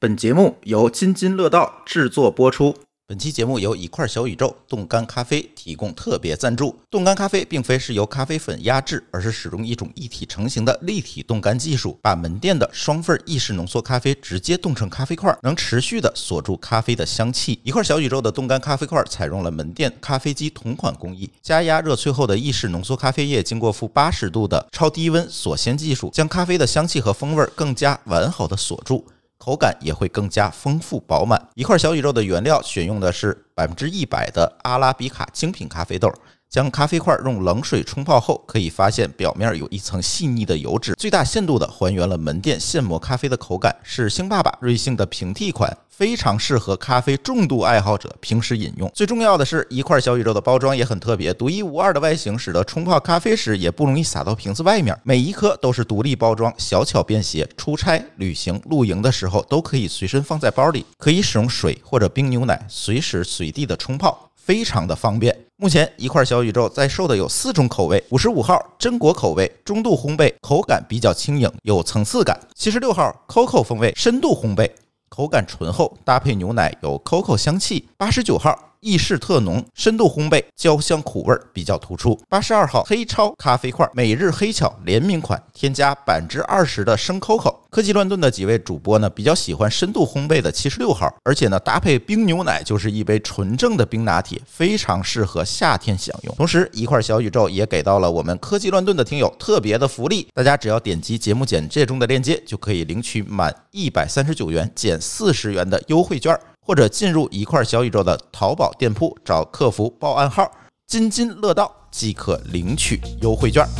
本节目由津津乐道制作播出。 本期节目由一块小宇宙冻干咖啡提供特别赞助。冻干咖啡并非是由咖啡粉压制，而是使用一种一体成型的立体冻干技术，把门店的双份意式浓缩咖啡直接冻成咖啡块，能持续的锁住咖啡的香气。一块小宇宙的冻干咖啡块采用了门店咖啡机同款工艺，加压热萃后的意式浓缩咖啡液经过负80度的超低温锁鲜技术，将咖啡的香气和风味更加完好的锁住，口感也会更加丰富饱满。一块小宇宙的原料选用的是100%的阿拉比卡精品咖啡豆，将咖啡块用冷水冲泡后，可以发现表面有一层细腻的油脂，最大限度的还原了门店现磨咖啡的口感，是星爸爸瑞幸的平替款，非常适合咖啡重度爱好者平时饮用。最重要的是，一块小宇宙的包装也很特别，独一无二的外形使得冲泡咖啡时也不容易洒到瓶子外面，每一颗都是独立包装，小巧便携，出差、旅行、露营的时候都可以随身放在包里，可以使用水或者冰牛奶随时随地的冲泡，非常的方便。目前一块小宇宙在售的有4种口味，55号榛果口味，中度烘焙，口感比较轻盈，有层次感；76号 COCO 风味，深度烘焙，口感醇厚，搭配牛奶有 COCO 香气；89号意式特浓，深度烘焙，焦香苦味比较突出；82号黑超咖啡块，每日黑巧联名款，添加20%的生 COCO。科技乱炖的几位主播呢，比较喜欢深度烘焙的76号，而且呢，搭配冰牛奶就是一杯纯正的冰拿铁，非常适合夏天享用。同时，一块小宇宙也给到了我们科技乱炖的听友特别的福利，大家只要点击节目简介中的链接，就可以领取满139元减40元的优惠券，或者进入一块小宇宙的淘宝店铺，找客服报暗号津津乐道即可领取优惠券。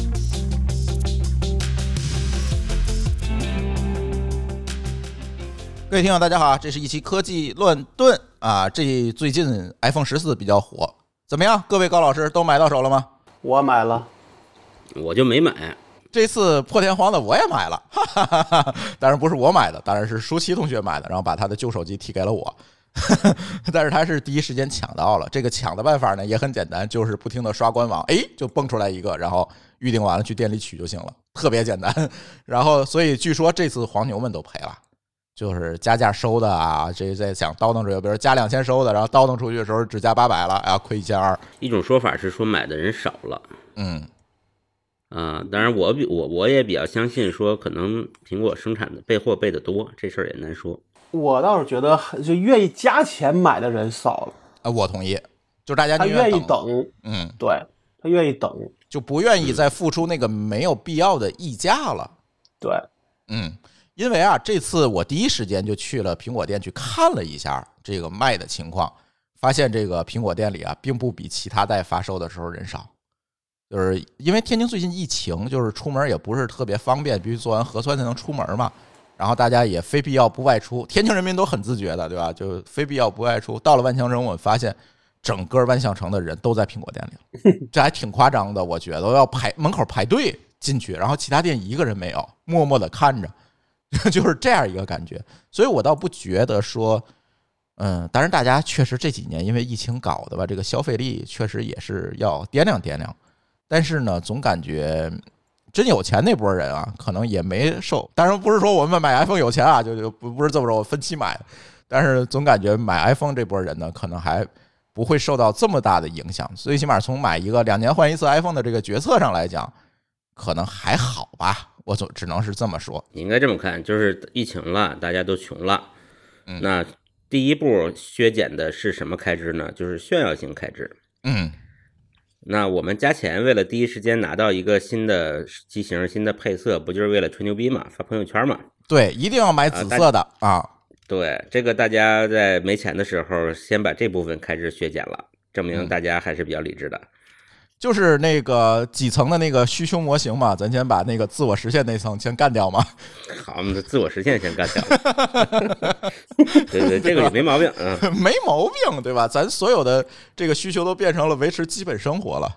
各位听友大家好，这是一期科技乱炖啊！最近 iPhone 14比较火，怎么样？各位高老师都买到手了吗？ 我买了， 我就没买。 这次破天荒的我也买了，哈哈哈哈，当然不是我买的，当然是舒淇同学买的，然后把他的旧手机提给了我。但是他是第一时间抢到了，这个抢的办法呢也很简单，就是不停的刷官网，就蹦出来一个，然后预定完了去店里取就行了，特别简单。然后所以据说这次黄牛们都赔了，就是加价收的啊，这在想叨叨着，比如加2000收的，然后叨叨出去的时候只加800了，要亏1200。 一种说法是说买的人少了，当然我也比较相信说可能苹果生产的备货备的多，这事儿也难说。 我倒是觉得就愿意加钱买的人少了。 我同意，就是大家他愿意等，对，他愿意等， 就不愿意再付出那个没有必要的溢价了。 对， 因为啊，这次我第一时间就去了苹果店去看了一下这个卖的情况，发现这个苹果店里啊，并不比其他代发售的时候人少。就是因为天津最近疫情，就是出门也不是特别方便，必须做完核酸才能出门嘛。然后大家也非必要不外出，天津人民都很自觉的，对吧？就非必要不外出。到了万象城，我们发现整个万象城的人都在苹果店里，这还挺夸张的，我觉得要门口排队进去，然后其他店一个人没有，默默的看着，就是这样一个感觉。所以我倒不觉得说，当然大家确实这几年因为疫情搞的吧，这个消费力确实也是要掂量掂量。但是呢，总感觉真有钱那波人啊，可能也没受。当然不是说我们买 iPhone 有钱啊，就不是这么说，我分期买的。但是总感觉买 iPhone 这波人呢，可能还不会受到这么大的影响。最起码从买一个2年换一次 iPhone 的这个决策上来讲，可能还好吧。我只能是这么说。 你应该这么看，就是疫情了，大家都穷了，那第一步削减的是什么开支呢？就是炫耀性开支。那我们加钱为了第一时间拿到一个新的机型、新的配色，不就是为了吹牛逼嘛，发朋友圈嘛？ 对，一定要买紫色的对，这个大家在没钱的时候先把这部分开支削减了，证明大家还是比较理智的。 就是那个几层的那个需求模型嘛，咱先把那个自我实现那层先干掉嘛。 好，我们的自我实现先干掉。对，这个也没毛病， 没毛病，对吧？咱所有的这个需求都变成了维持基本生活了，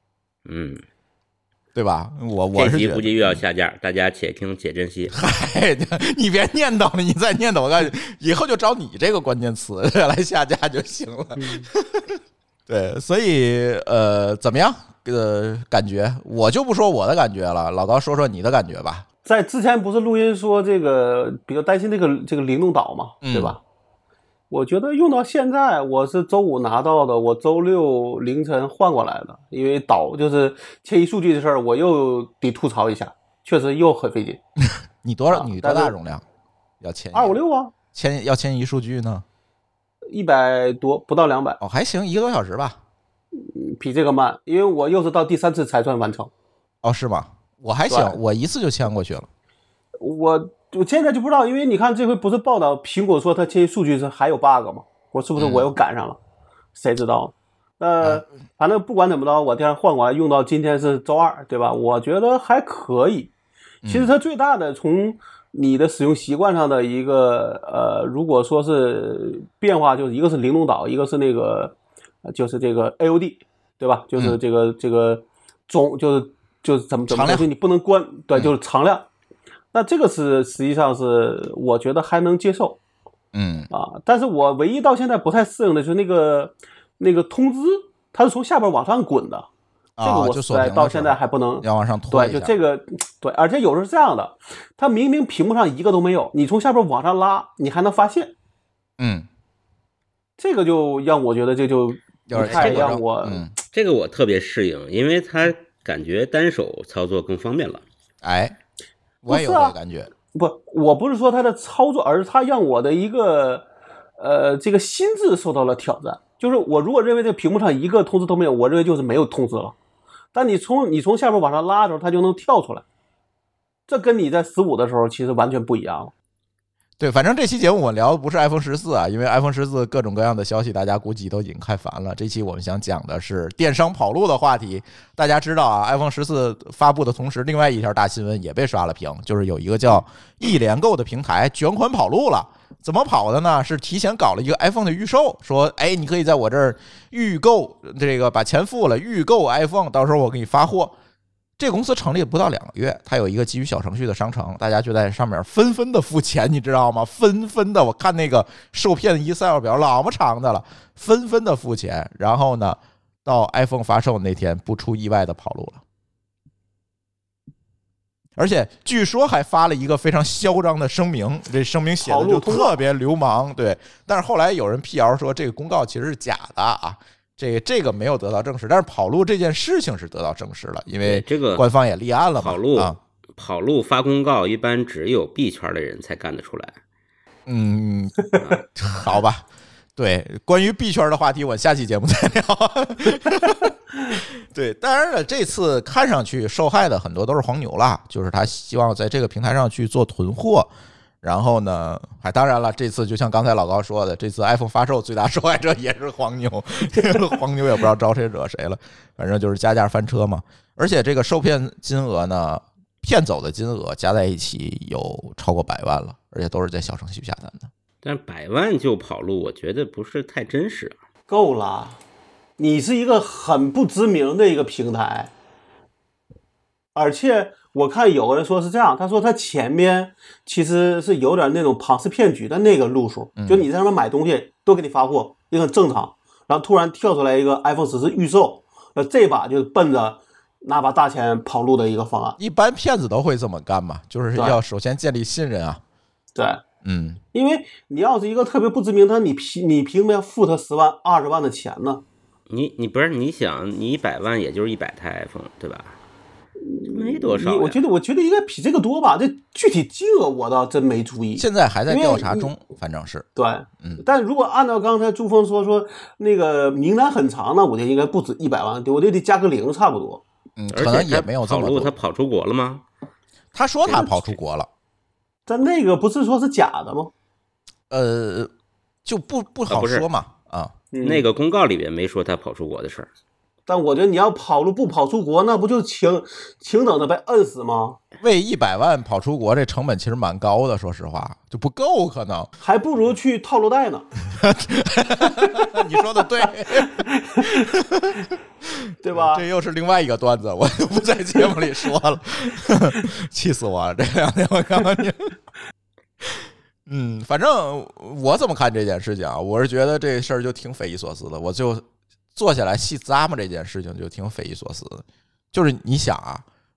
对吧？我是觉得这集估计又要下架，大家且听且珍惜。 嗨，你别念叨了，你再念叨，我告诉你，以后就找你这个关键词来下架就行了。对，所以怎么样？感觉我就不说我的感觉了，老高说说你的感觉吧。 在之前不是录音说这个比较担心这个灵动岛嘛，对吧？我觉得用到现在，我是周五拿到的，我周六凌晨换过来的，因为岛就是迁移数据的事儿，我又得吐槽一下，确实又很费劲。 你多大容量？要迁移 256啊？ 要迁移数据呢 ？100多，不到200。 哦，还行，1个多小时吧。 比这个慢，因为我又是到第3次才算完成。 哦，是吗？我还行，我一次就迁过去了。 我现在就不知道，因为你看这回不是报道苹果说它迁移数据是还有 bug 吗？我是不是我又赶上了？谁知道？反正不管怎么着，我这样换过来用到今天是周2，对吧？我觉得还可以。其实它最大的从你的使用习惯上的一个如果说是变化，就是一个是灵动岛，一个是那个就是这个 AOD， 对吧？就是这个总就是怎么说，你不能关，对，就是常亮。那这个是实际上是我觉得还能接受，但是我唯一到现在不太适应的就是那个通知，它是从下边往上滚的，这个我实在到现在还不能要往上拖一下。 对，就这个对，而且有时候是这样的，它明明屏幕上一个都没有，你从下边往上拉，你还能发现，这个就让我觉得这就不太让我， 这个我特别适应，因为它感觉单手操作更方便了。 哎。我也有这个感觉。 我不是说它的操作，而是它让我的一个这个心智受到了挑战。就是我如果认为这个屏幕上一个通知都没有，我认为就是没有通知了。但你从下边往上拉的时候，它就能跳出来。这跟你在15的时候其实完全不一样了。 对，反正这期节目我聊的不是 iPhone 14啊，因为 iPhone 14各种各样的消息大家估计都已经看烦了。这期我们想讲的是电商跑路的话题。大家知道啊 ，iPhone 14发布的同时，另外一条大新闻也被刷了屏，就是有一个叫易联购的平台卷款跑路了。怎么跑的呢？是提前搞了一个 iPhone 的预售，说哎，你可以在我这儿预购，这个把钱付了，预购 iPhone， 到时候我给你发货。这公司成立不到2个月，它有一个基于小程序的商城，大家就在上面纷纷的付钱，你知道吗？纷纷的，我看那个受骗的 Excel 表老么长的了，纷纷的付钱，然后呢，到 iPhone 发售那天不出意外的跑路了，而且据说还发了一个非常嚣张的声明，这声明写的就特别流氓，对。但是后来有人辟谣说这个公告其实是假的啊。这个没有得到证实，但是跑路这件事情是得到证实了，因为这个官方也立案了嘛。 跑路发公告一般只有币圈的人才干得出来。 好吧，对，关于币圈的话题，我下期节目再聊。对，当然了，这次看上去受害的很多都是黄牛啦，就是他希望在这个平台上去做囤货。然后呢，当然了，这次就像刚才老高说的，这次 iPhone 发售最大受害者也是黄牛，黄牛也不知道招谁惹谁了，反正就是加价翻车嘛。而且这个受骗金额呢，骗走的金额加在一起有超过100万了，而且都是在小程序下单的。 但100万就跑路，我觉得不是太真实啊。 够了，你是一个很不知名的一个平台，而且我看有个人说是这样，他说他前面其实是有点那种庞氏骗局的那个路数，就你在上面买东西都给你发货，也很正常，然后突然跳出来一个 iPhone 14预售，这把就奔着拿把大钱跑路的一个方案。 一般骗子都会这么干嘛，就是要首先建立信任啊。 对，因为你要是一个特别不知名，你凭什么要付他10万、20万的钱呢？ 你不是你想你100万也就是100台 iPhone 对吧？没多少， 我觉得应该比这个多吧。这具体金额我倒真没注意， 现在还在调查中，反正是对。但如果按照刚才朱峰说那个名单很长呢，我觉得应该不止100万，我觉得得加个0差不多。 可能也没有这么多。 他跑出国了吗？ 他说他跑出国了， 但那个不是说是假的吗？ 就不好说嘛啊。 那个公告里边没说他跑出国的事儿。 但我觉得你要跑路不跑出国，那不就请等着被摁死吗？ 为100万跑出国，这成本其实蛮高的，说实话就不够，可能还不如去套路贷呢。 你说的对， 对吧？ 这又是另外一个段子，我就不在节目里说了，气死我了！这2天我告诉你，反正我怎么看这件事情啊？我是觉得这事儿就挺匪夷所思的，我就坐下来细咂摸这件事情就挺匪夷所思的。就是你想啊，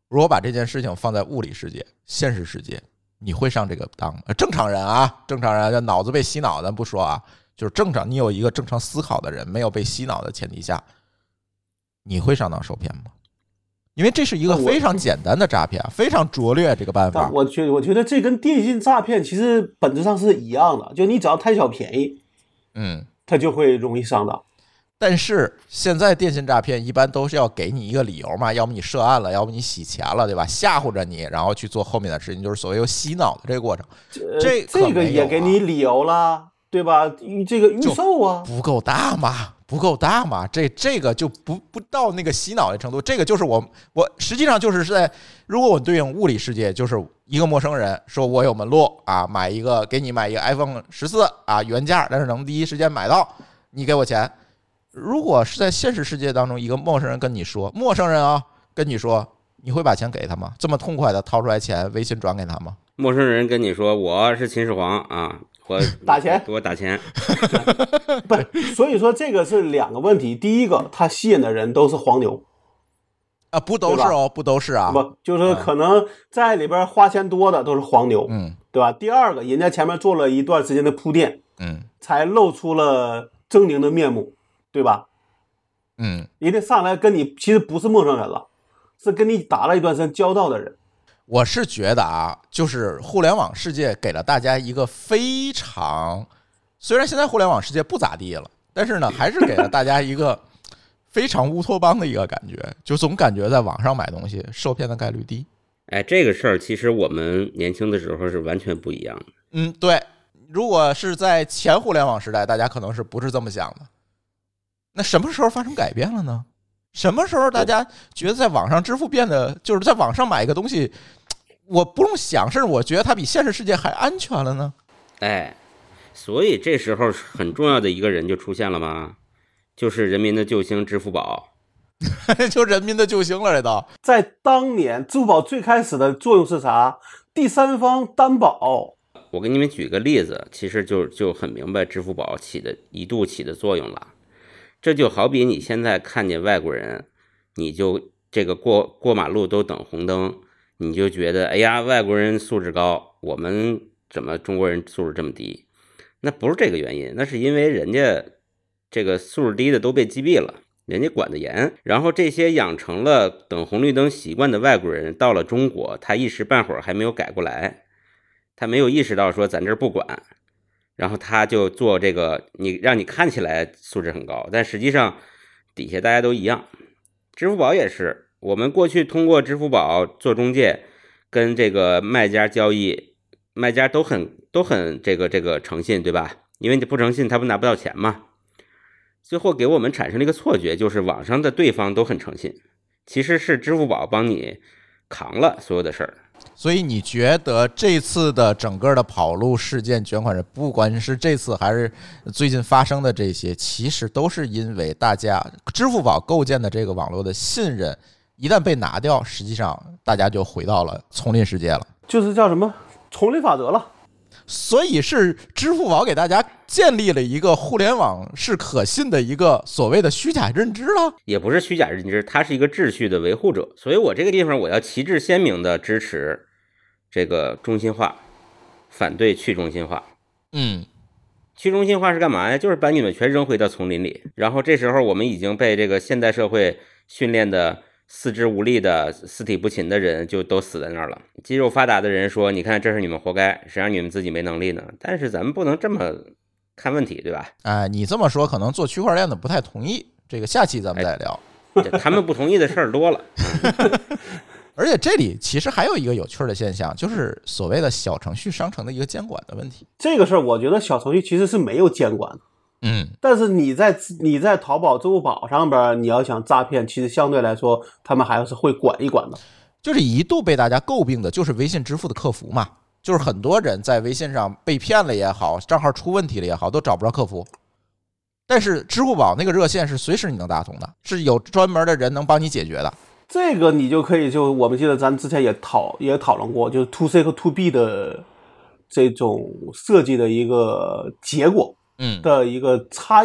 如果把这件事情放在物理世界、现实世界，你会上这个当吗？正常人啊，正常人脑子被洗脑咱不说啊，就是正常，你有一个正常思考的人，没有被洗脑的前提下，你会上当受骗吗？因为这是一个非常简单的诈骗，非常拙劣这个办法。 我觉得这跟电信诈骗其实本质上是一样的，就你只要贪小便宜，它就会容易上当。 但是现在电信诈骗一般都是要给你一个理由嘛，要么你涉案了，要么你洗钱了，对吧？吓唬着你，然后去做后面的事情，就是所谓有洗脑的这个过程。 这个也给你理由啦，对吧？这个预售啊， 不够大嘛？不够大嘛？这个就不到那个洗脑的程度。这个就是我实际上就是在，如果我对应物理世界，就是一个陌生人说我有门路啊，给你买一个 iPhone 14啊，原价，但是能第一时间买到，你给我钱。如果是在现实世界当中，一个陌生人跟你说，陌生人啊跟你说，你会把钱给他吗？这么痛快的掏出来钱，微信转给他吗？ 陌生人跟你说我是秦始皇啊，我打钱， 给我打钱。 不，所以说这个是两个问题。第一个，他吸引的人都是黄牛啊，不都是哦，不都是啊， 不就是可能在里边花钱多的都是黄牛，对吧？第二个，人家前面做了一段时间的铺垫，才露出了狰狞的面目。对吧？人家上来跟你其实不是陌生人了，是跟你打了一段时间交道的人。 我是觉得啊，就是互联网世界给了大家一个非常，虽然现在互联网世界不咋地了，但是呢，还是给了大家一个非常乌托邦的一个感觉，就总感觉在网上买东西受骗的概率低。 哎，这个事儿其实我们年轻的时候是完全不一样的。 对，如果是在前互联网时代，大家可能是不是这么想的？那什么时候发生改变了呢？什么时候大家觉得在网上支付变得，就是在网上买一个东西，我不用想，甚至我觉得它比现实世界还安全了呢？ 哎，所以这时候很重要的一个人就出现了吗？就是人民的救星支付宝。 就人民的救星了，这都在当年支付宝最开始的作用是啥？第三方担保。 我给你们举个例子，其实就很明白支付宝一度起的作用了。这就好比你现在看见外国人，你就这个过马路都等红灯，你就觉得哎呀，外国人素质高，我们怎么中国人素质这么低？那不是这个原因，那是因为人家这个素质低的都被击毙了，人家管得严。然后这些养成了等红绿灯习惯的外国人到了中国，他一时半会儿还没有改过来，他没有意识到说咱这儿不管。然后他就做这个，让你看起来素质很高，但实际上底下大家都一样。支付宝也是，我们过去通过支付宝做中介，跟这个卖家交易，卖家都很这个诚信，对吧？因为你不诚信，他不拿不到钱嘛。最后给我们产生了一个错觉，就是网上的对方都很诚信，其实是支付宝帮你扛了所有的事儿。 所以你觉得这次的整个的跑路事件、卷款人，不管是这次还是最近发生的这些，其实都是因为大家支付宝构建的这个网络的信任一旦被拿掉，实际上大家就回到了丛林世界了， 就是叫什么丛林法则了。 所以是支付宝给大家建立了一个互联网是可信的一个所谓的虚假认知了， 也不是虚假认知，它是一个秩序的维护者。所以我这个地方我要旗帜鲜明的支持这个中心化，反对去中心化。去中心化是干嘛呀？就是把你们全扔回到丛林里，然后这时候我们已经被这个现代社会训练的四肢无力的四体不勤的人就都死在那儿了。肌肉发达的人说，你看这是你们活该，谁让你们自己没能力呢？但是咱们不能这么看问题，对吧？ 你这么说可能做区块链的不太同意，这个下期咱们再聊。 他们不同意的事儿多了。 而且这里其实还有一个有趣的现象，就是所谓的小程序商城的一个监管的问题。 这个事儿我觉得小程序其实是没有监管的。但是你在淘宝、支付宝上边，你要想诈骗，其实相对来说他们还是会管一管的。 就是一度被大家诟病的就是微信支付的客服嘛，就是很多人在微信上被骗了也好，账号出问题了也好，都找不着客服。但是支付宝那个热线是随时你能打通的，是有专门的人能帮你解决的。 这个你就可以，就我们记得咱之前也讨论过，就是 to C 和 to B 的这种设计的一个结果的一个差异。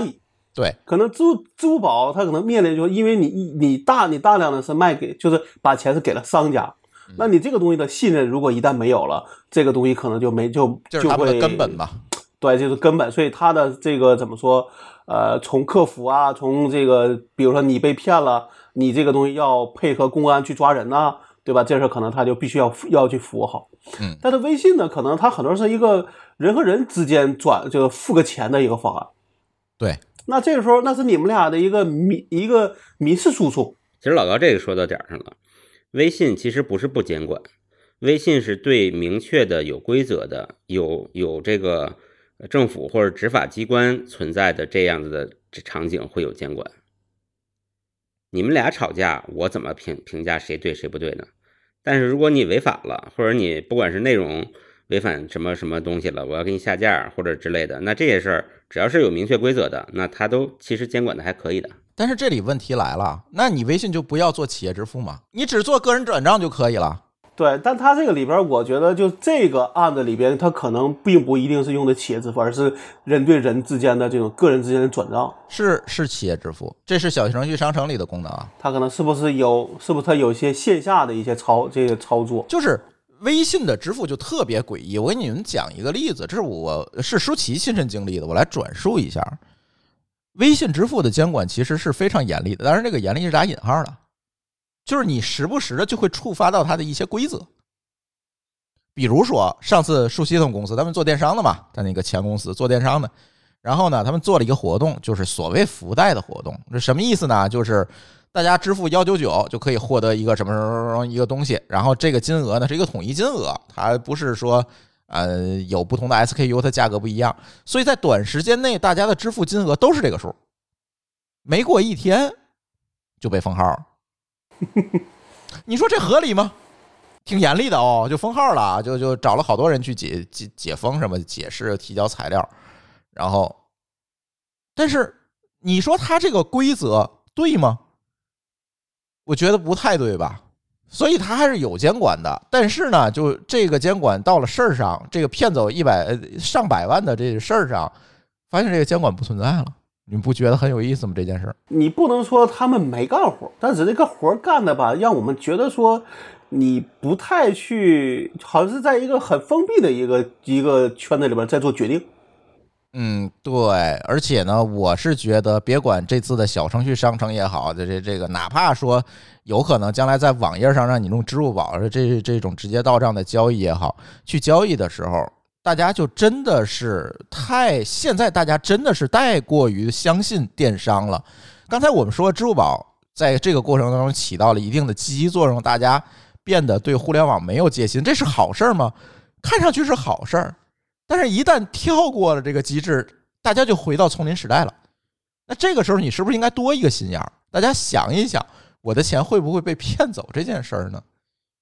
对， 可能支付宝它可能面临就是因为你大量的是卖给，就是把钱是给了商家，那你这个东西的信任如果一旦没有了，这个东西可能就是他们的根本吧。 对，就是根本。所以他的这个怎么说？从客服啊，从这个比如说你被骗了，你这个东西要配合公安去抓人呐，对吧？这事可能他就必须要去服务好。但是微信呢，可能它很多是一个人和人之间就付个钱的一个方案。 对。 那这个时候，那是你们俩的一个民事诉讼。 其实老高这个说到点上了，微信其实不是不监管，微信是对明确的、有规则的、有这个政府或者执法机关存在的这样子的场景会有监管。你们俩吵架，我怎么评价谁对谁不对呢？但是如果你违法了，或者你不管是内容违反什么什么东西了，我要给你下架或者之类的，那这些事儿只要是有明确规则的，那它都其实监管的还可以的。 但是这里问题来了，那你微信就不要做企业支付嘛，你只做个人转账就可以了。 对，但它这个里边，我觉得就这个案子里边，它可能并不一定是用的企业支付，而是人对人之间的这种个人之间的转账。 是企业支付，这是小程序商城里的功能啊。它可能是不是它有一些线下的一些操作？ 就是微信的支付就特别诡异。我给你们讲一个例子，这是舒淇亲身经历的，我来转述一下。微信支付的监管其实是非常严厉的，当然这个严厉是打引号的。就是你时不时的就会触发到它的一些规则，比如说上次舒淇他们公司，他们做电商的嘛，在那个前公司做电商的，然后呢，他们做了一个活动，就是所谓福袋的活动。这什么意思呢？就是大家支付199就可以获得一个什么一个东西，然后这个金额呢是一个统一金额，它不是说有不同的 SKU， 它价格不一样，所以在短时间内大家的支付金额都是这个数，没过一天就被封号。你说这合理吗？挺严厉的哦，就封号了，就找了好多人去解封什么解释提交材料，然后，但是你说他这个规则对吗？我觉得不太对吧，所以他还是有监管的，但是呢，就这个监管到了事儿上，这个骗走上百万的这个事儿上，发现这个监管不存在了。你们不觉得很有意思吗？这件事你不能说他们没干活，但是这个活干的吧，让我们觉得说你不太去，好像是在一个很封闭的一个圈子里边在做决定。 对，而且呢，我是觉得，别管这次的小程序商城也好，这个哪怕说有可能将来在网页上让你用支付宝这种直接到账的交易也好，去交易的时候，大家就真的是现在大家真的是太过于相信电商了。刚才我们说支付宝在这个过程当中起到了一定的积极作用，大家变得对互联网没有戒心，这是好事吗？看上去是好事，但是一旦跳过了这个机制，大家就回到丛林时代了。那这个时候你是不是应该多一个心眼？大家想一想，我的钱会不会被骗走这件事儿呢？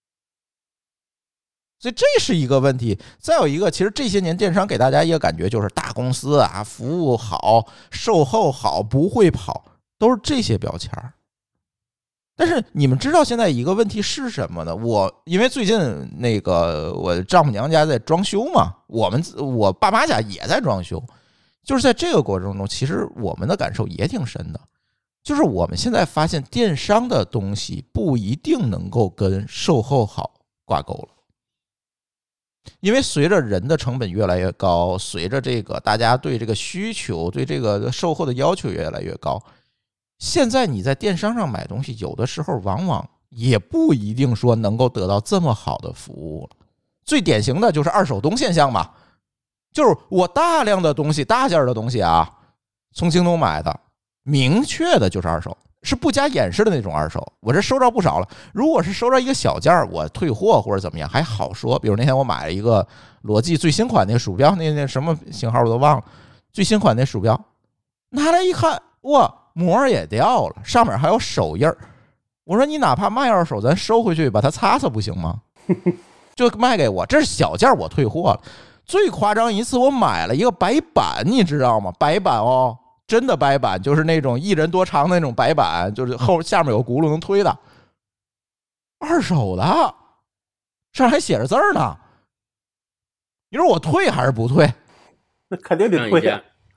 所以这是一个问题。再有一个，其实这些年电商给大家一个感觉就是大公司啊，服务好，售后好，不会跑，都是这些标签。但是你们知道现在一个问题是什么呢？因为最近那个我丈母娘家在装修嘛，我爸妈家也在装修，就是在这个过程中，其实我们的感受也挺深的，就是我们现在发现电商的东西不一定能够跟售后好挂钩了。因为随着人的成本越来越高，随着这个大家对这个需求对这个售后的要求越来越高，现在你在电商上买东西，有的时候往往也不一定说能够得到这么好的服务了。最典型的就是二手东现象嘛，就是我大量的东西大件的东西啊，从京东买的，明确的就是二手，是不加掩饰的那种二手。我这收着不少了，如果是收着一个小件我退货或者怎么样还好说，比如那天我买了一个罗技最新款那个鼠标，那什么型号我都忘了，最新款那鼠标拿来一看，哇，膜也掉了，上面还有手印儿。我说你哪怕卖二手咱收回去把它擦擦不行吗？就卖给我，这是小件我退货了。最夸张一次我买了一个白板，你知道吗？白板哦，真的白板，就是那种一人多长的那种白板，就是下面有轱辘能推的，二手的，上面还写着字呢。你说我退还是不退？ 那肯定得退呀。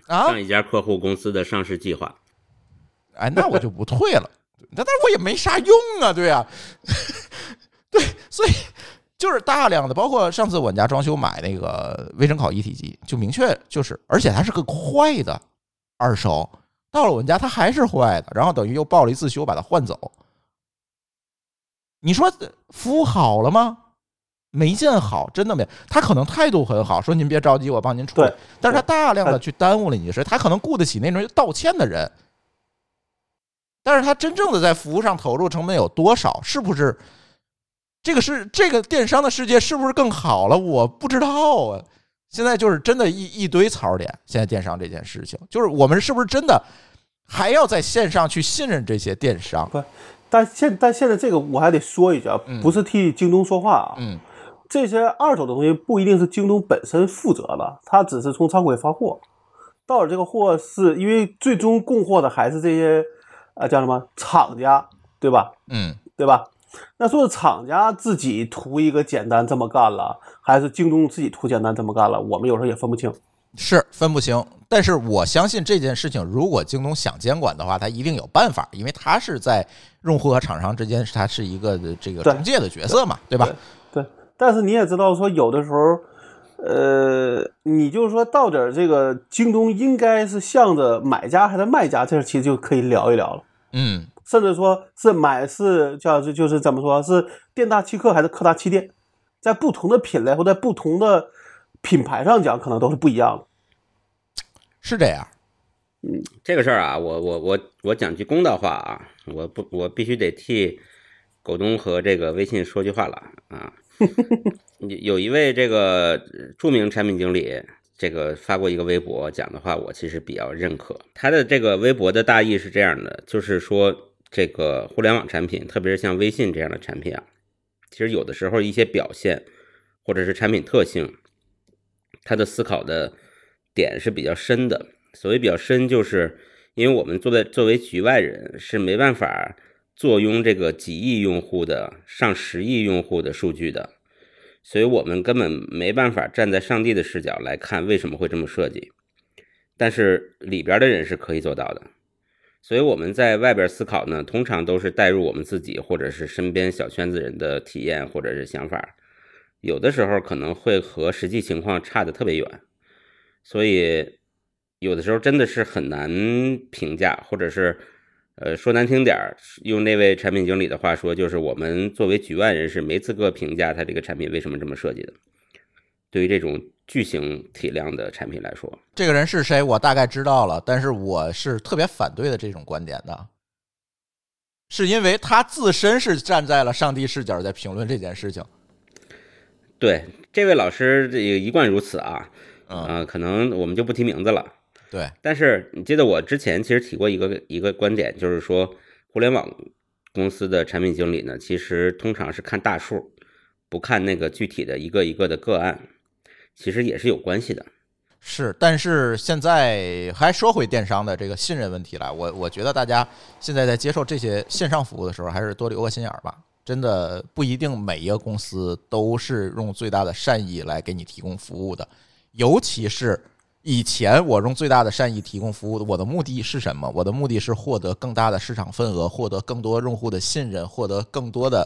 上一家客户公司的上市计划。 哎，那我就不退了，但是我也没啥用啊，对啊，对，所以就是大量的，包括上次我们家装修买那个微生烤一体机，就明确就是，而且它是个坏的二手，到了我们家它还是坏的，然后等于又报了一次修把它换走。你说服务好了吗？没见好，真的没。他可能态度很好，说您别着急，我帮您处理。但是他大量的去耽误了你的事，他可能顾得起那种道歉的人，但是他真正的在服务上投入成本有多少？是不是这个电商的世界是不是更好了？我不知道啊。现在就是真的一堆槽点。现在电商这件事情，就是我们是不是真的还要在线上去信任这些电商？ 不，但现在这个我还得说一句啊，不是替京东说话啊。这些二手的东西不一定是京东本身负责的，它只是从仓库里发货，到了这个货是因为最终供货的还是这些叫什么厂家，对吧？对吧？那说是厂家自己图一个简单这么干了，还是京东自己图简单这么干了，我们有时候也分不清。 是分不清，但是我相信这件事情，如果京东想监管的话，它一定有办法，因为它是在用户和厂商之间，它是一个这个中介的角色嘛，对吧？ 对。但是你也知道，说有的时候，你就是说到底这个京东应该是向着买家还是卖家，这其实就可以聊一聊了。甚至说是就是怎么说，是店大欺客还是客大欺店，在不同的品类或在不同的品牌上讲，可能都是不一样的。 是这样。 这个事儿啊，我讲句公道话啊，我必须得替狗东和这个微信说句话了啊。有一位这个著名产品经理，这个发过一个微博，讲的话我其实比较认可。他的这个微博的大意是这样的，就是说这个互联网产品，特别是像微信这样的产品啊，其实有的时候一些表现或者是产品特性，他的思考的点是比较深的。所谓比较深，就是因为我们作为局外人是没办法坐拥这个几亿用户的上10亿用户的数据的，所以我们根本没办法站在上帝的视角来看为什么会这么设计，但是里边的人是可以做到的。所以我们在外边思考呢，通常都是带入我们自己或者是身边小圈子人的体验或者是想法，有的时候可能会和实际情况差得特别远，所以有的时候真的是很难评价，或者是说难听点，用那位产品经理的话说，就是我们作为局外人是没资格评价他这个产品为什么这么设计的。对于这种巨型体量的产品来说， 这个人是谁我大概知道了，但是我是特别反对的这种观点的，是因为他自身是站在了上帝视角在评论这件事情。 对，这位老师也一贯如此啊。可能我们就不提名字了。 对， 但是你记得我之前其实提过一个观点，就是说互联网公司的产品经理呢，其实通常是看大数，不看那个具体的一个一个的个案，其实也是有关系的。 是，但是现在还说回电商的这个信任问题来，我觉得大家现在在接受这些线上服务的时候，还是多留个心眼吧。真的不一定每一个公司都是用最大的善意来给你提供服务的，尤其是以前我用最大的善意提供服务的，我的目的是什么？我的目的是获得更大的市场份额，获得更多用户的信任，获得更多的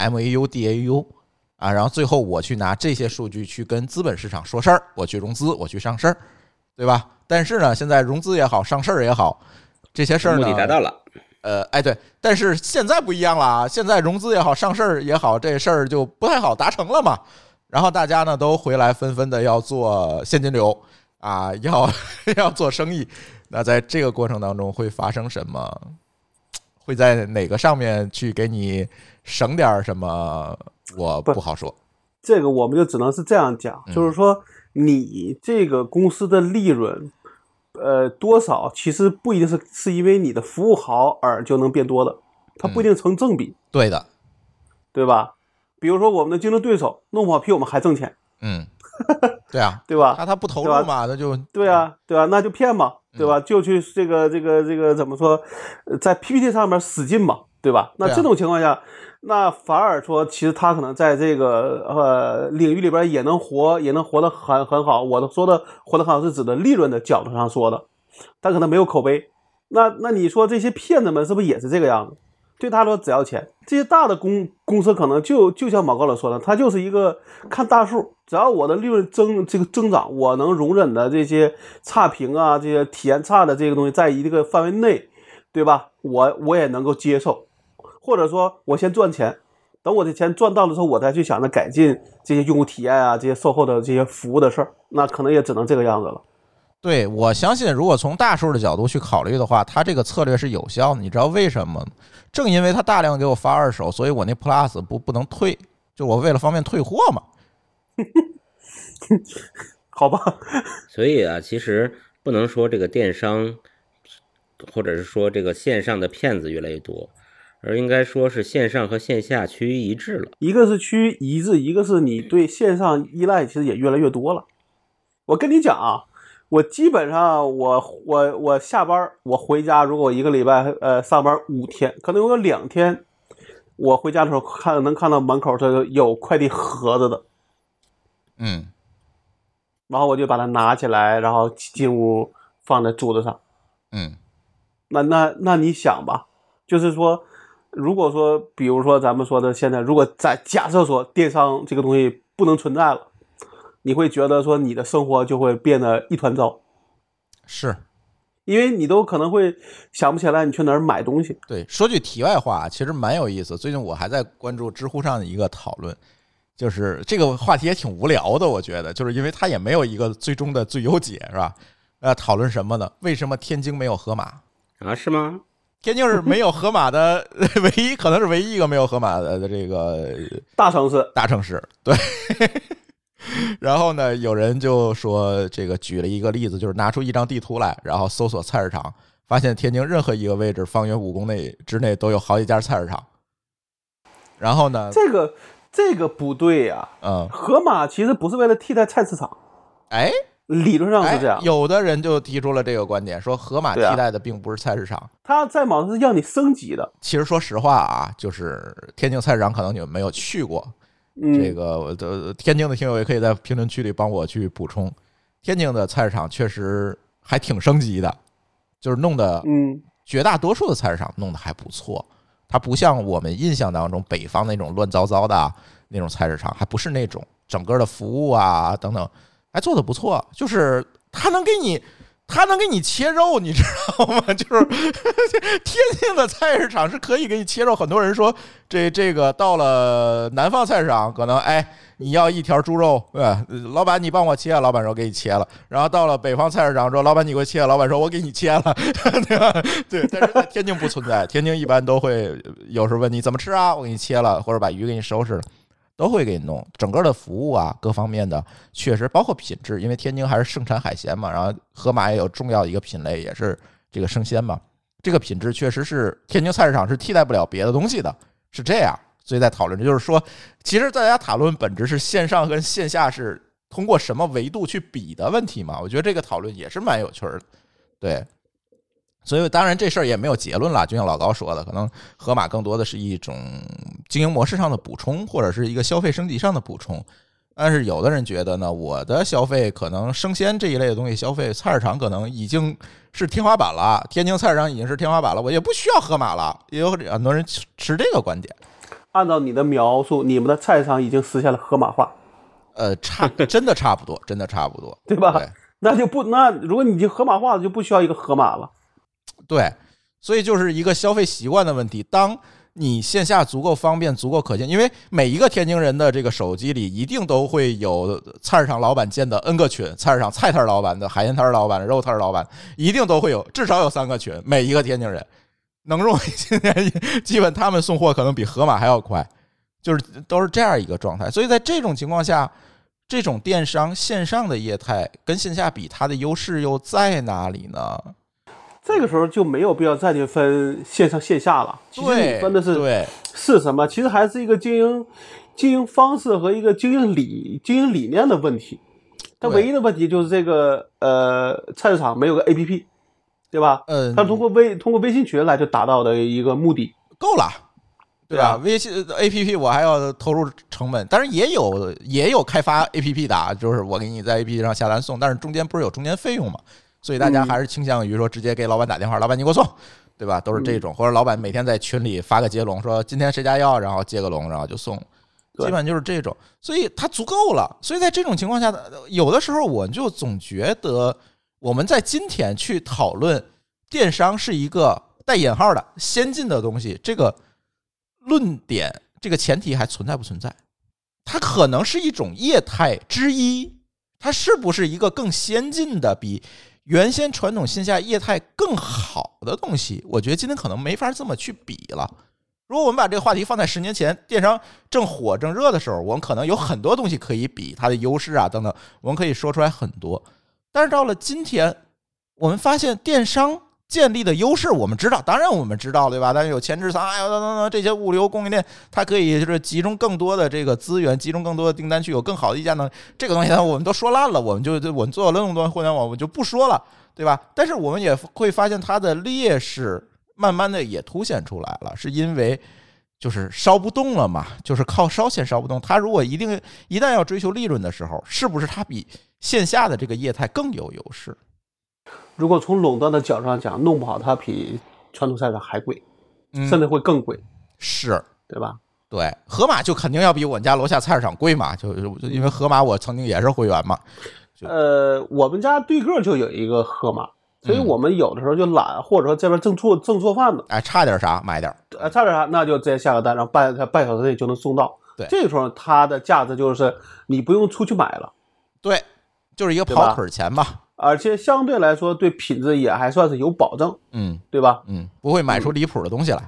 MAU、DAU 啊，然后最后我去拿这些数据去跟资本市场说事儿，我去融资，我去上市，对吧？但是呢，现在融资也好，上市也好，这些事儿呢， 目的达到了。 对，但是现在不一样了啊！现在融资也好，上市也好，这事儿就不太好达成了嘛。然后大家呢都回来纷纷的要做现金流啊，要做生意。那在这个过程当中会发生什么？会在哪个上面去给你省点什么？我不好说。 这个我们就只能是这样讲，就是说你这个公司的利润。多少其实不一定是因为你的服务好而就能变多的，它不一定成正比。 对的， 对吧？比如说我们的竞争对手弄不好比我们还挣钱。 对啊， 对吧？ 他不投入嘛，那就对啊，那就骗嘛，对吧？就去这个怎么说，在 PPT 上面使劲嘛，对吧？那这种情况下， 那反而说，其实他可能在这个领域里边也能活得很好。我的说的活得很好是指的利润的角度上说的，但可能没有口碑。那你说这些骗子们是不是也是这个样子？对他说只要钱。这些大的公司可能就像马高老说的，他就是一个看大数，只要我的利润增长，我能容忍的这些差评啊，这些体验差的这个东西在一个范围内，对吧？我也能够接受。或者说我先赚钱，等我的钱赚到的时候，我再去想着改进这些用户体验啊，这些售后的这些服务的事儿，那可能也只能这个样子了。 对，我相信如果从大数的角度去考虑的话，他这个策略是有效的。你知道为什么吗？正因为他大量给我发二手，所以我那 Plus 不能退，就我为了方便退货嘛。 好吧。 所以啊，其实不能说这个电商或者是说这个线上的骗子越来越多，而应该说是线上和线下趋于一致了。 一个是趋于一致，一个是你对线上依赖其实也越来越多了。我跟你讲啊，我基本上我下班我回家，如果我一个礼拜上班5天，可能有个2天，我回家的时候能看到门口这个有快递盒子的，然后我就把它拿起来，然后进屋放在桌子上，那你想吧，就是说，如果说比如说咱们说的现在，如果假设说电商这个东西不能存在了，你会觉得说你的生活就会变得一团糟。 是因为你都可能会想不起来你去哪儿买东西。 对，说句题外话，其实蛮有意思。最近我还在关注知乎上的一个讨论，就是这个话题也挺无聊的，我觉得，就是因为它也没有一个最终的最优解，是吧？讨论什么呢？为什么天津没有河马啊？是吗？ 天津是没有河马的可能是唯一一个没有河马的这个大城市， 对。然后呢，有人就说这个举了一个例子，就是拿出一张地图来，然后搜索菜市场，发现天津任何一个位置方圆5公里之内都有好几家菜市场。然后呢， 这个不对呀。河马其实不是为了替代菜市场。理论上是这样。 有的人就提出了这个观点，说河马替代的并不是菜市场， 它在网上是让你升级的。 其实说实话啊，就是天津菜市场可能你们没有去过。这个天津的听友也可以在评论区里帮我去补充，天津的菜市场确实还挺升级的，就是弄的，绝大多数的菜市场弄得还不错。它不像我们印象当中北方那种乱糟糟的那种菜市场，还不是那种整个的服务啊等等，还做得不错。就是它能给你切肉，你知道吗？就是天津的菜市场是可以给你切肉。很多人说这个到了南方菜市场，可能你要一条猪肉，老板你帮我切，老板说给你切了。然后到了北方菜市场说老板你给我切，老板说我给你切了，对吧？对，但是在天津不存在，天津一般都会有时候问你怎么吃啊，我给你切了，或者把鱼给你收拾了。都会给你弄整个的服务啊，各方面的确实包括品质，因为天津还是盛产海鲜嘛，然后河马也有重要的一个品类，也是这个生鲜嘛，这个品质确实是天津菜市场是替代不了别的东西的，是这样。所以在讨论就是说，其实大家讨论本质是线上跟线下是通过什么维度去比的问题嘛，我觉得这个讨论也是蛮有趣的，对。所以当然这事儿也没有结论了，就像老高说的，可能河马更多的是一种经营模式上的补充，或者是一个消费升级上的补充。但是有的人觉得呢，我的消费可能生鲜这一类的东西消费，菜市场可能已经是天花板了，天津菜市场已经是天花板了，我也不需要河马了。也有很多人持这个观点。 按照你的描述，你们的菜市场已经实现了河马化。 真的差不多，真的差不多， 对吧？对，那如果你已经河马化了，就不需要一个河马了。 对，所以就是一个消费习惯的问题。当你线下足够方便、足够可见，因为每一个天津人的这个手机里一定都会有菜市场老板建的 N 个群，菜市场菜摊老板的、海鲜摊老板的、肉摊老板一定都会有，至少有3个群，每一个天津人能用。今天基本他们送货可能比河马还要快，就是都是这样一个状态。所以在这种情况下，这种电商线上的业态跟线下比，它的优势又在哪里呢？ 这个时候就没有必要再去分线上线下了。其实你分的是什么？其实还是一个经营方式和一个经营理念的问题。它唯一的问题就是这个菜市场没有个 APP， 对吧？它通过微信群来就达到的一个目的。 够了， 对吧？微信 APP 我还要投入成本，但是也有开发 APP 的，就是我给你在 APP 上下单送，但是中间不是有中间费用嘛？所以大家还是倾向于说直接给老板打电话，老板你给我送，对吧？都是这种，或者老板每天在群里发个接龙，说今天谁家要，然后接个龙，然后就送，基本就是这种，所以它足够了。所以在这种情况下，有的时候我就总觉得我们在今天去讨论电商是一个带引号的先进的东西，这个论点，这个前提还存在不存在？它可能是一种业态之一，它是不是一个更先进的比原先传统线下业态更好的东西？我觉得今天可能没法这么去比了。如果我们把这个话题放在10年前，电商正火正热的时候，我们可能有很多东西可以比，它的优势啊等等，我们可以说出来很多。但是到了今天，我们发现电商建立的优势我们知道，当然我们知道，对吧？但是有前置仓，等这些物流供应链，它可以就是集中更多的这个资源，集中更多的订单，去有更好的议价能力。这个东西我们都说烂了，我们做了那么多互联网，我们就不说了，对吧？但是我们也会发现它的劣势慢慢的也凸显出来了，是因为就是烧不动了嘛，就是靠烧钱烧不动。它如果一旦要追求利润的时候，是不是它比线下的这个业态更有优势？ 如果从垄断的角度上讲，弄不好它比传统菜场还贵，甚至会更贵， 是， 对吧？ 对，盒马就肯定要比我家楼下菜市场贵嘛，就因为盒马我曾经也是会员嘛。 我们家对个就有一个盒马，所以我们有的时候就懒，或者说这边正做饭呢， 差点啥买点， 差点啥那就直接下个单，然后半小时内就能送到。 对， 这个时候它的价值就是你不用出去买了， 对，就是一个跑腿钱嘛。 而且相对来说对品质也还算是有保证，对吧？ 不会买出离谱的东西来。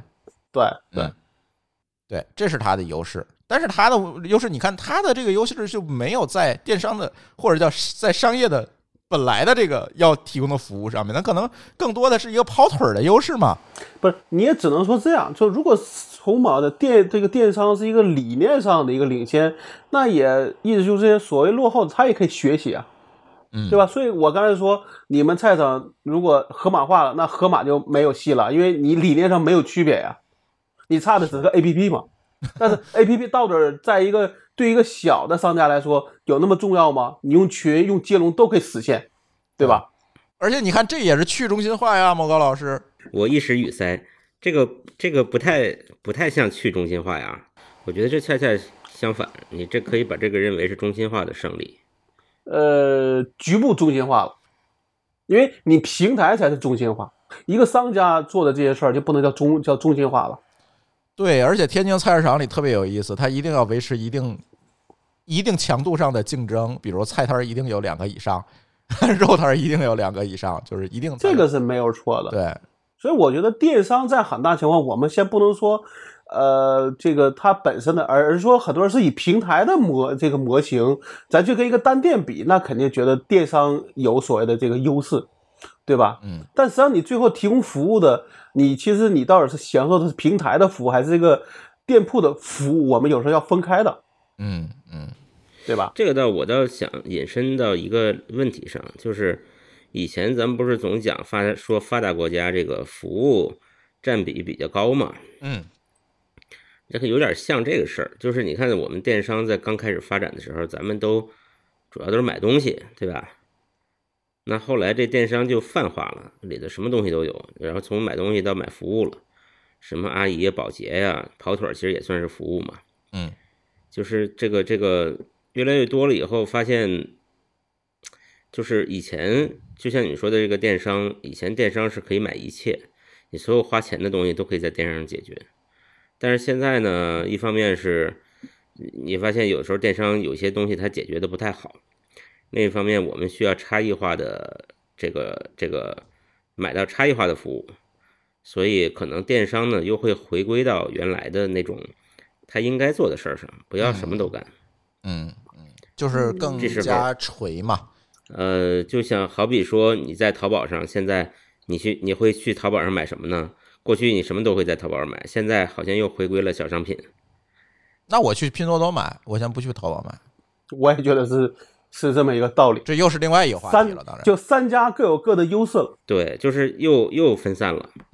对， 这是它的优势。但是它的优势，你看它的这个优势就没有在电商的或者叫在商业的本来的这个要提供的服务上面，那可能更多的是一个跑腿的优势嘛。 不是，你也只能说这样。就如果从某的这个电商是一个理念上的一个领先，那也意思就是这些所谓落后的，他也可以学习啊。对吧？所以我刚才说，你们菜场如果盒马化了，那盒马就没有戏了，因为你理念上没有区别呀，你差的只是个 APP 嘛。但是 APP 到底对一个小的商家来说有那么重要吗？你用群用接龙都可以实现，对吧？ 而且你看，这也是去中心化呀，某高老师。 我一时语塞，这个不太像去中心化呀。我觉得这恰恰相反，你这可以把这个认为是中心化的胜利。 局部中心化了，因为你平台才是中心化，一个商家做的这些事儿就不能叫中心化了。 对，而且天津菜市场里特别有意思，它一定要维持一定强度上的竞争，比如菜摊一定有2个以上，肉摊一定有2个以上，就是一定这个是没有错的。 对， 所以我觉得电商在很大情况，我们先不能说这个它本身的，而是说很多人是以平台的这个模型，咱去跟一个单店比，那肯定觉得电商有所谓的这个优势，对吧？但实际上你最后提供服务的，其实你到底是享受的是平台的服务，还是这个店铺的服务？我们有时候要分开的，对吧？ 这个我倒想引申到一个问题上，就是以前咱们不是总讲说发达国家这个服务占比比较高嘛？这个有点像这个事儿，就是你看我们电商在刚开始发展的时候，咱们主要都是买东西，对吧？那后来这电商就泛化了，里头什么东西都有，然后从买东西到买服务了，什么阿姨呀、保洁呀、跑腿其实也算是服务嘛。就是这个越来越多了以后，发现就是以前就像你说的这个电商，以前电商是可以买一切，你所有花钱的东西都可以在电商上解决。但是现在呢，一方面是你发现有时候电商有些东西它解决的不太好，另一方面我们需要差异化的这个买到差异化的服务，所以可能电商呢又会回归到原来的那种他应该做的事儿上，不要什么都干。 就是更加垂嘛。 就像好比说你在淘宝上，现在你会去淘宝上买什么呢？过去你什么都会在淘宝上买，现在好像又回归了小商品。 那我去拼多多买，我先不去淘宝买。 我也觉得是这么一个道理。 这又是另外一个话题了，当然。 就3家各有各的优势了。 对，就是又分散了。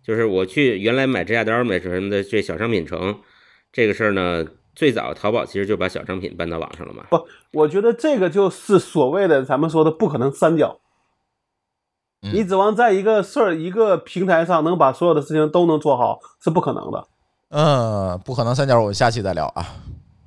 就是我去原来买指甲刀买什么的这小商品城这个事儿呢，最早淘宝其实就把小商品搬到网上了嘛。 不，我觉得这个就是所谓的咱们说的不可能三角。你指望在一个事儿一个平台上能把所有的事情都能做好是不可能的。 不可能三角，我们下期再聊啊。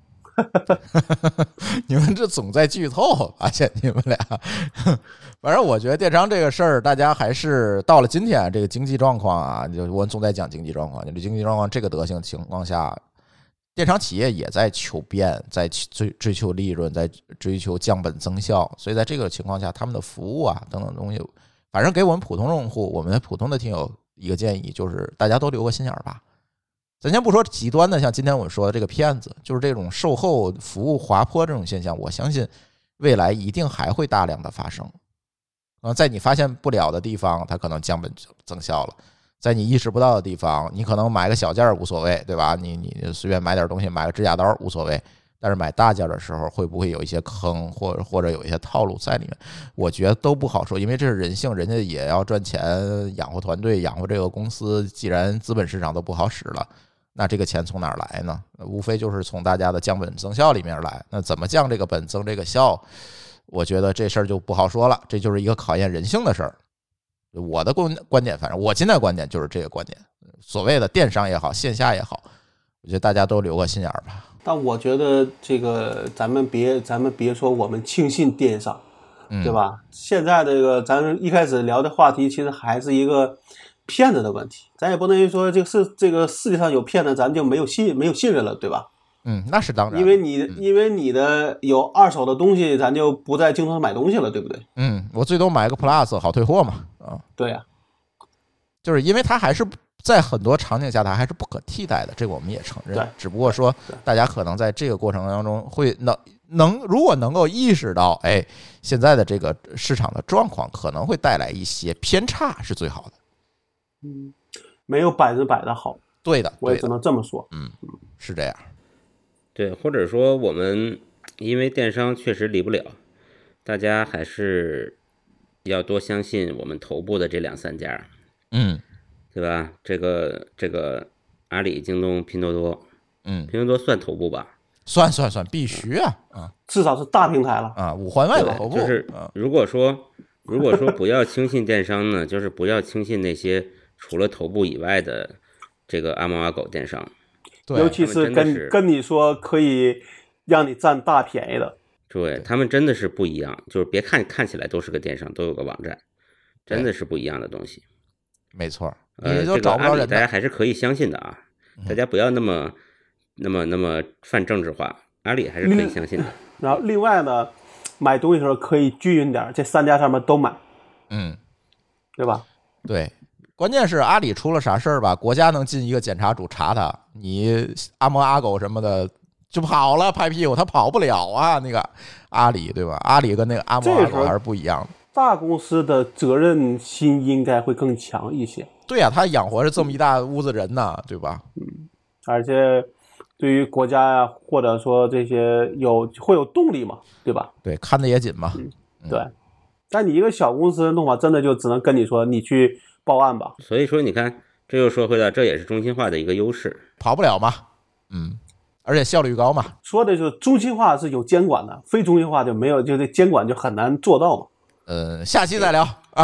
你们这总在剧透，发现你们俩。反正我觉得电商这个事儿，大家还是到了今天这个经济状况啊，就我们总在讲经济状况，就经济状况这个德行情况下，电商企业也在求变，在追求利润，在追求降本增效，所以在这个情况下，他们的服务啊等等东西，反正给我们普通用户，我们的普通的听友一个建议，就是大家都留个心眼儿吧。咱先不说极端的，像今天我们说的这个骗子，就是这种售后服务滑坡这种现象，我相信未来一定还会大量的发生。在你发现不了的地方，它可能降本增效了；在你意识不到的地方，你可能买个小件无所谓，对吧？你随便买点东西，买个指甲刀无所谓。但是买大件的时候，会不会有一些坑，或者有一些套路在里面？我觉得都不好说，因为这是人性，人家也要赚钱，养活团队，养活这个公司。既然资本市场都不好使了，那这个钱从哪儿来呢？无非就是从大家的降本增效里面来。那怎么降这个本，增这个效？我觉得这事儿就不好说了，这就是一个考验人性的事儿。我的观点，反正我今天的观点就是这个观点。所谓的电商也好，线下也好，我觉得大家都留个心眼儿吧。 但我觉得这个咱们别说我们轻信电商，对吧？现在这个咱一开始聊的话题，其实还是一个骗子的问题。咱也不能说这个世界上有骗子，咱就没有信任了，对吧？ 那是当然。 因为你的有二手的东西，咱就不在京东上买东西了，对不对？ 我最多买个 Plus 好退货嘛。 对呀，就是因为它还是在很多场景下它还是不可替代的，这个我们也承认。只不过说大家可能在这个过程当中会如果能够意识到，现在的这个市场的状况可能会带来一些偏差，是最好的。 没有100%的好。 对的， 我也只能这么说。 是这样。 对，或者说我们因为电商确实离不了，大家还是要多相信我们头部的这2-3家，对吧？这个阿里、京东、拼多多，拼多多算头部吧？ 算，必须啊！ 至少是大平台了啊，5环外的头部。 就是如果说不要轻信电商呢，就是不要轻信那些除了头部以外的这个阿猫阿狗电商。 尤其是跟你说可以让你占大便宜的， 对，他们真的是不一样。就是别看起来都是个电商，都有个网站，真的是不一样的东西。 没错， 这个阿里大家还是可以相信的啊，大家不要那么泛政治化，阿里还是可以相信的。 然后另外呢，买东西的时候可以均匀点，这3家上面都买，对吧？ 对。关键是阿里出了啥事儿吧，国家能进一个检查组查他，你阿猫阿狗什么的就跑了，拍屁股他跑不了啊。那个阿里对吧？阿里跟那个阿猫阿狗还是不一样的。 大公司的责任心应该会更强一些。 对呀，他养活着这么一大屋子人呢，对吧？ 而且对于国家呀，或者说这些会有动力嘛，对吧？ 对，看得也紧嘛。 对。但你一个小公司弄法，真的就只能跟你说，你去报案吧。 所以说你看，这又说回到，这也是中心化的一个优势， 跑不了嘛。而且效率高嘛。 说的就是中心化是有监管的，非中心化就没有，就这监管就很难做到嘛。 下期再聊啊。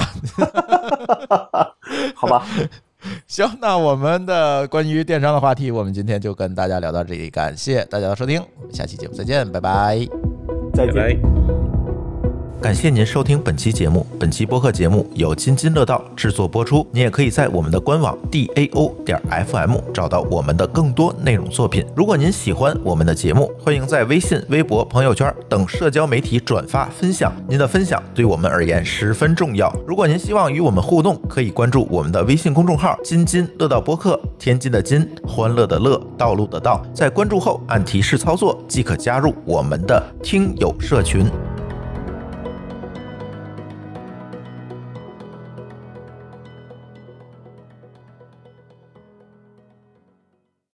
好吧。 行，那我们的关于电商的话题，我们今天就跟大家聊到这里，感谢大家的收听，我们下期节目再见，拜拜。 再见。 拜拜。 感谢您收听本期节目。本期播客节目由津津乐道制作播出。你也可以在我们的官网 DAO.FM 找到我们的更多内容作品。如果您喜欢我们的节目，欢迎在微信、微博、朋友圈等社交媒体转发分享。您的分享对我们而言十分重要。如果您希望与我们互动，可以关注我们的微信公众号津津乐道播客，天津的津，欢乐的乐，道路的道。在关注后按提示操作即可加入我们的听友社群。